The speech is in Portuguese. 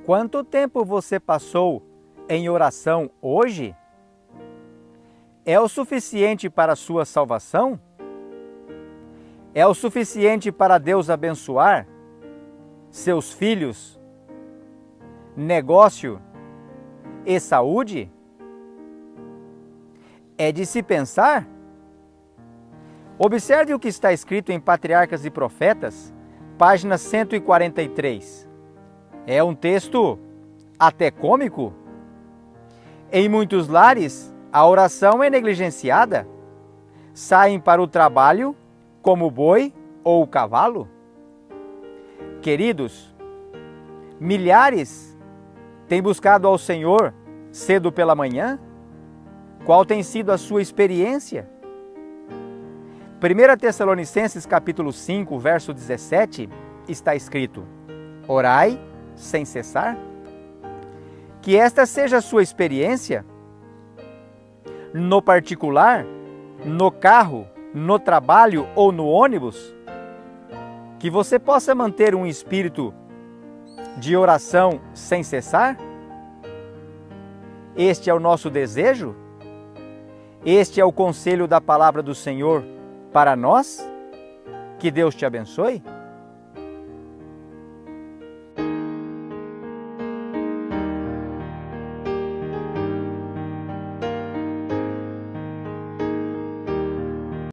Quanto tempo você passou em oração hoje? É o suficiente para a sua salvação? É o suficiente para Deus abençoar seus filhos, negócio e saúde? É de se pensar? Observe o que está escrito em Patriarcas e Profetas, página 143. É um texto até cômico. Em muitos lares, a oração é negligenciada. Saem para o trabalho como o boi ou o cavalo. Queridos, milhares têm buscado ao Senhor cedo pela manhã? Qual tem sido a sua experiência? 1 Tessalonicenses capítulo 5, verso 17, está escrito: orai sem cessar. Que esta seja a sua experiência, no particular, no carro, no trabalho ou no ônibus, que você possa manter um espírito de oração sem cessar. Este é o nosso desejo? Este é o conselho da palavra do Senhor para nós? Que Deus te abençoe.